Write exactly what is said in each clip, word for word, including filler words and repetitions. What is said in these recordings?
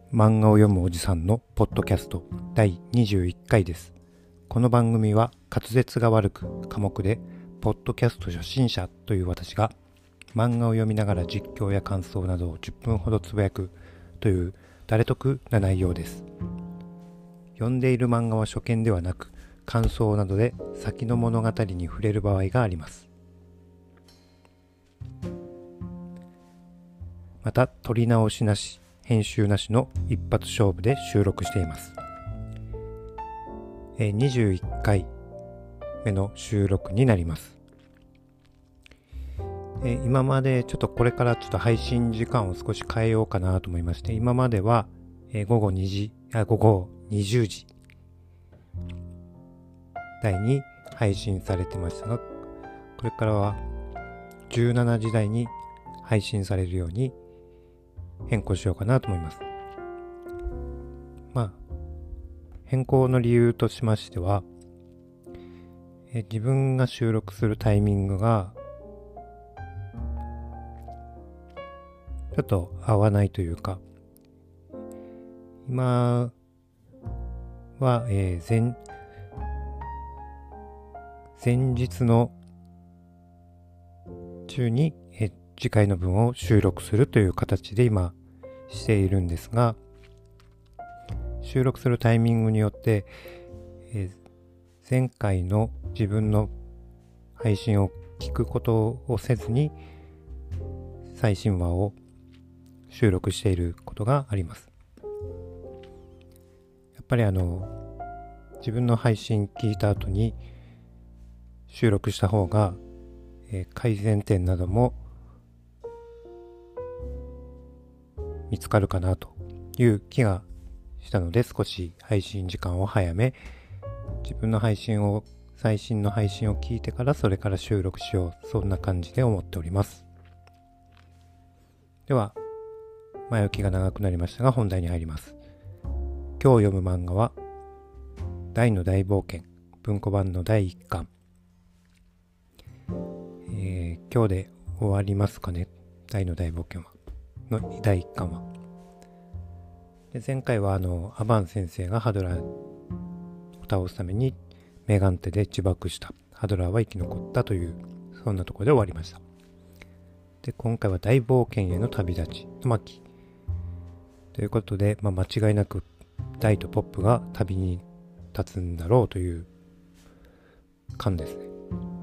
漫画を読むおじさんのポッドキャストだいにじゅういっかいです。この番組は滑舌が悪く寡黙でポッドキャスト初心者という私が漫画を読みながら実況や感想などをじゅっぷんほどつぶやくという誰得な内容です。読んでいる漫画は初見ではなく感想などで先の物語に触れる場合があります。また撮り直しなし編集なしの一発勝負で収録しています。にじゅういっかいめの収録になります。今までちょっとこれからちょっと配信時間を少し変えようかなと思いまして、今までは午後にじ、あ、午後にじゅうじ台に配信されてましたが、これからはじゅうしちじ台に配信されるように変更しようかなと思います。まあ変更の理由としましては、え自分が収録するタイミングがちょっと合わないというか、今は、えー、前前日の中に、えー、次回の分を収録するという形で今しているんですが、収録するタイミングによって、えー、前回の自分の配信を聞くことをせずに最新話を収録していることがあります。やっぱりあの自分の配信聞いた後に収録した方が、えー、改善点なども見つかるかなという気がしたので、少し配信時間を早め、自分の配信を最新の配信を聞いてからそれから収録しよう、そんな感じで思っております。では前置きが長くなりましたが本題に入ります。今日読む漫画は大の大冒険文庫版のだいいっかん、えー、今日で終わりますかね。大の大冒険はのだいいっかんはで、前回はあのアバン先生がハドラーを倒すためにメガンテで自爆した。ハドラーは生き残ったという、そんなところで終わりました。で、今回は大冒険への旅立ちの巻ということで、まあ、間違いなくダイとポップが旅に立つんだろうという感ですね。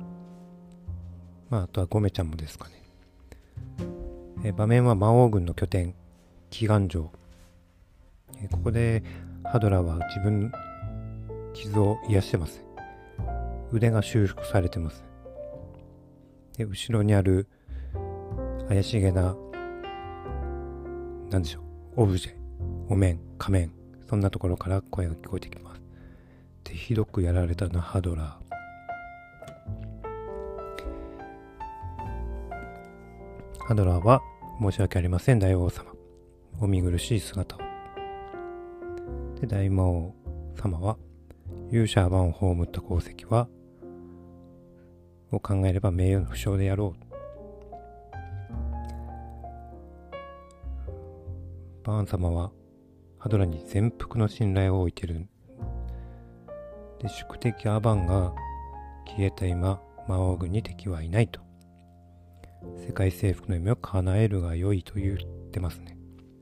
まあ、あとはゴメちゃんもですかね。え場面は魔王軍の拠点祈願城。えここでハドラーは自分傷を癒してます。腕が修復されてます。で、後ろにある怪しげな、なんでしょう、オブジェ、お面、仮面、そんなところから声が聞こえてきます。で、ひどくやられたな、ハドラー。ハドラーは、申し訳ありません、大王様。お見苦しい姿を。で、大魔王様は、勇者アバンを葬った功績は、を考えれば名誉の負傷でやろう。バーン様はハドラーに全幅の信頼を置いている。で、宿敵アバンが消えた今、魔王軍に敵はいないと。世界征服の夢を叶えるが良いと言ってますね。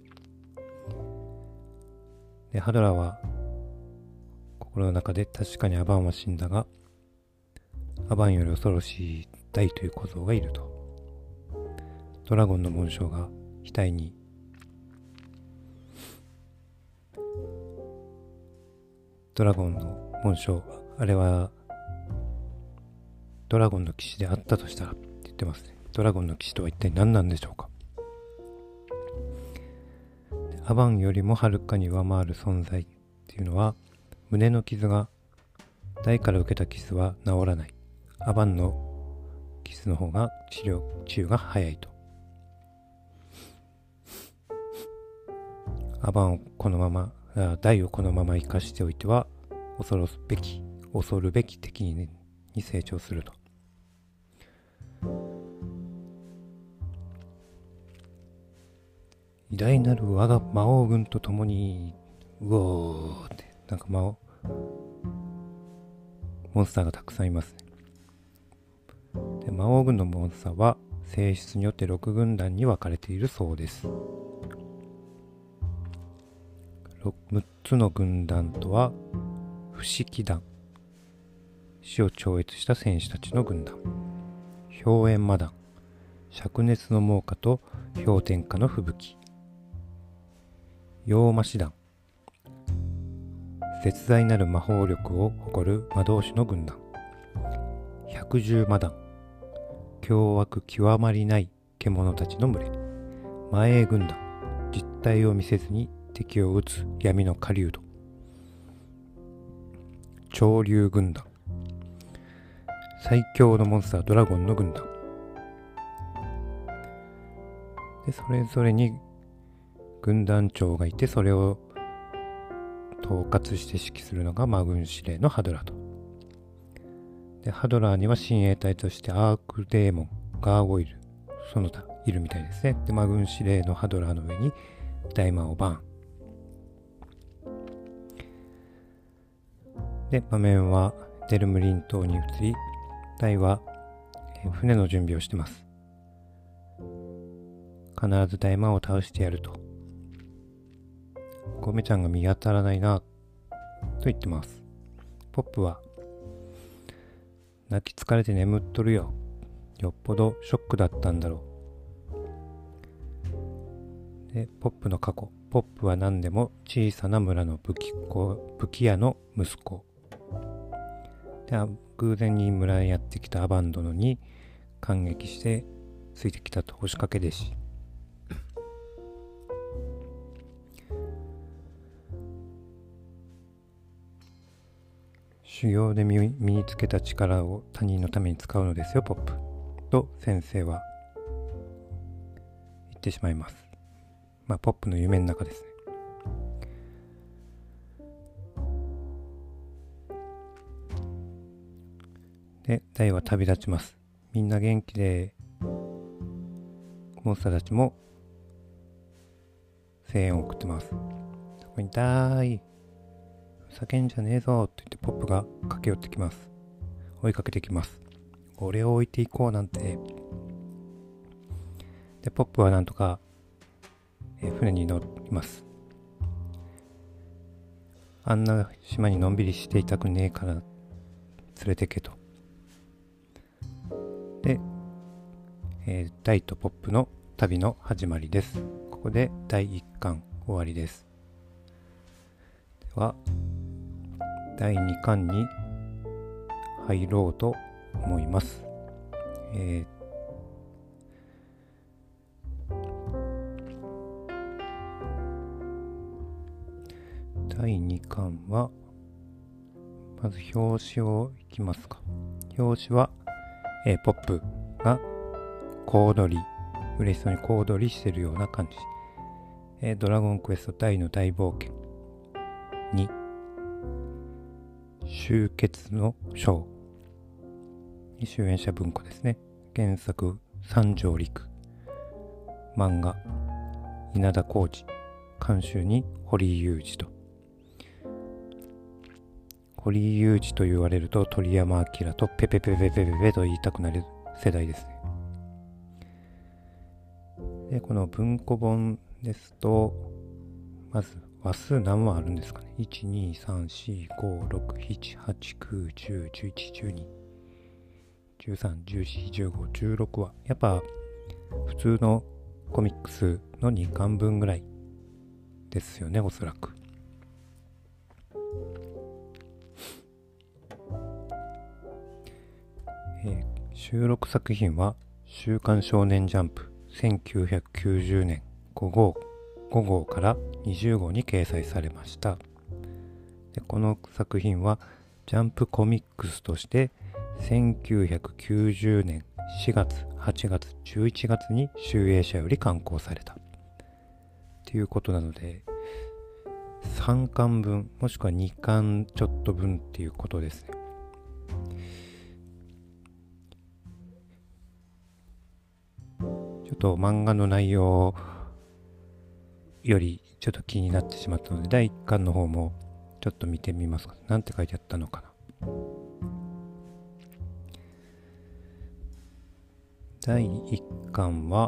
で、ハドラーは心の中で確かにアバンは死んだが、アバンより恐ろしいダイという小僧がいると。ドラゴンの紋章が額にドラゴンの紋章、あれはドラゴンの騎士であったとしたらって言ってますね。ドラゴンの騎士とは一体何なんでしょうか。アバンよりもはるかに上回る存在っていうのは、胸の傷がダイから受けた傷は治らない。アバンの傷の方が治療治癒が早いと。アバンをこのままダイをこのまま生かしておいては恐るべき恐るべき敵に、ね、に成長すると。い偉大なる我が魔王軍と共に、うおーって、なんか魔王、モンスターがたくさんいますね。で、魔王軍のモンスターは性質によってろく軍団に分かれているそうです。むっつの軍団とは、不思議団、死を超越した戦士たちの軍団、氷炎魔団、灼熱の猛火と氷点下の吹雪、妖魔師団、絶大なる魔法力を誇る魔導士の軍団、百獣魔団、凶悪極まりない獣たちの群れ、魔影軍団、実体を見せずに敵を撃つ闇の狩人、潮流軍団、最強のモンスタードラゴンの軍団で、それぞれに軍団長がいて、それを統括して指揮するのが魔軍司令のハドラーと。で、ハドラーには親衛隊としてアークデーモン、ガーゴイル、その他いるみたいですね。で、魔軍司令のハドラーの上に大魔王バーン。で、場面はデルムリン島に移り、ダイは船の準備をしてます。必ず大魔王を倒してやると。ゴメちゃんが見当たらないなと言ってます。ポップは泣き疲れて眠っとるよ。よっぽどショックだったんだろう。で、ポップの過去。ポップは何でも小さな村の武器庫、武器屋の息子。で、偶然に村にやってきたアバンドノに感激してついてきたと押しかけ弟子。修行で身につけた力を他人のために使うのですよ、ポップ。と先生は言ってしまいます。まあ、ポップの夢の中ですね。で、ダイは旅立ちます。みんな元気で、モンスターたちも声援を送ってます。そこにダイ、叫んじゃねえぞと言ってポップが駆け寄ってきます。追いかけてきます。俺を置いていこうなんて。で、ポップはなんとか、えー、船に乗ります。あんな島にのんびりしていたくねえから連れてけと。で、えー、ダイとポップの旅の始まりです。ここでだいいっかん終わりです。では、だいにかんに入ろうと思います。えー、だいにかんは、まず表紙をいきますか。表紙は、えー、ポップが小躍り、嬉しそうに小躍りしてるような感じ。えー、ドラゴンクエスト大の大冒険に、終結の章。集英社文庫ですね。原作三条陸。漫画稲田浩二。監修に堀井雄二と。堀井雄二と言われると鳥山明とペペペペペペペと言いたくなる世代ですね。で、この文庫本ですと、まず話数何話あるんですかね。いち、に、さん、よん、ご、ろく、なな、はち、きゅう、じゅう、じゅういち、じゅうに、じゅうさん、じゅうよん、じゅうご、じゅうろくわ。やっぱ普通のコミックスのにかんぶんぐらいですよね、おそらく。えー、収録作品は週刊少年ジャンプせんきゅうひゃくきゅうじゅうねんごごうからにじゅうごうに掲載されました。で、この作品はジャンプコミックスとしてせんきゅうひゃくきゅうじゅうねんしがつ、はちがつ、じゅういちがつに集英社より刊行されたっていうことなので、さんかんぶんもしくはにかんちょっと分っていうことですね。ちょっと漫画の内容よりちょっと気になってしまったので、だいいっかんの方もちょっと見てみますか。なんて書いてあったのかな。だいいっかんは、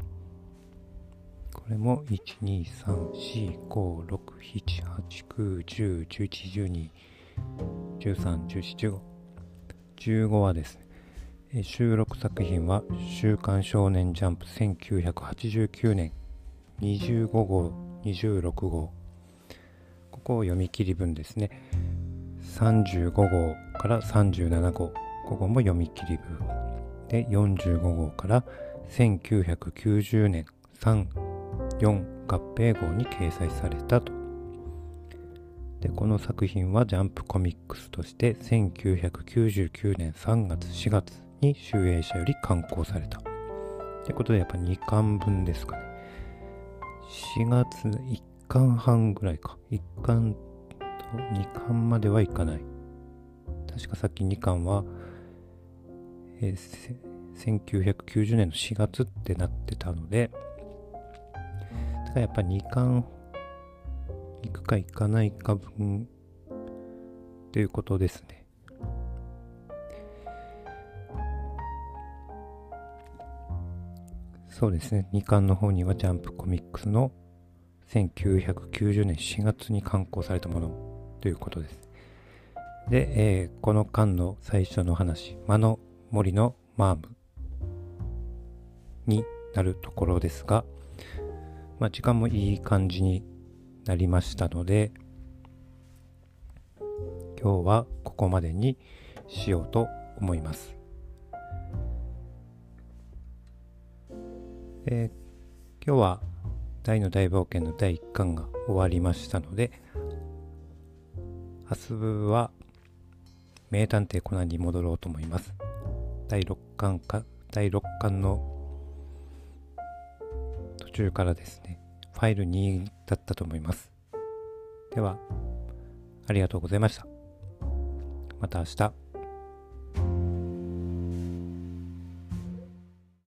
これもいち、に、さん、よん、ご、ろく、なな、はち、きゅう、じゅう、じゅういち、じゅうに、じゅうさん、じゅうよん、じゅうご。じゅうごはですね、え収録作品は週刊少年ジャンプせんきゅうひゃくはちじゅうきゅうねんにじゅうごごう、にじゅうろくごう。ここを読み切り分ですね。さんじゅうごごうからさんじゅうななごう。ここも読み切り分。で、よんじゅうごごうからせんきゅうひゃくきゅうじゅうねんさん、よん合併号に掲載されたと。で、この作品はジャンプコミックスとしてせんきゅうひゃくきゅうじゅうきゅうねんさんがつしがつに集英社より刊行された。ってことでやっぱにかんぶんですかね。しがついっかんはんぐらいか。いっかんとにかんまではいかない。確かさっきにかんは、えー、せんきゅうひゃくきゅうじゅうねんのしがつってなってたので、だからやっぱにかんいくかいかないか分ということですね。そうですね。にかんの方にはジャンプコミックスのせんきゅうひゃくきゅうじゅうねんしがつに刊行されたものということです。で、えー、この巻の最初の話、魔の森のマームになるところですが、まあ、時間もいい感じになりましたので、今日はここまでにしようと思います。えー、今日は大の大冒険のだいいっかんが終わりましたので、明日は名探偵コナンに戻ろうと思います。だいろっかんか、だいろっかんの途中からですね、ファイルにだったと思います。では、ありがとうございました。また明日。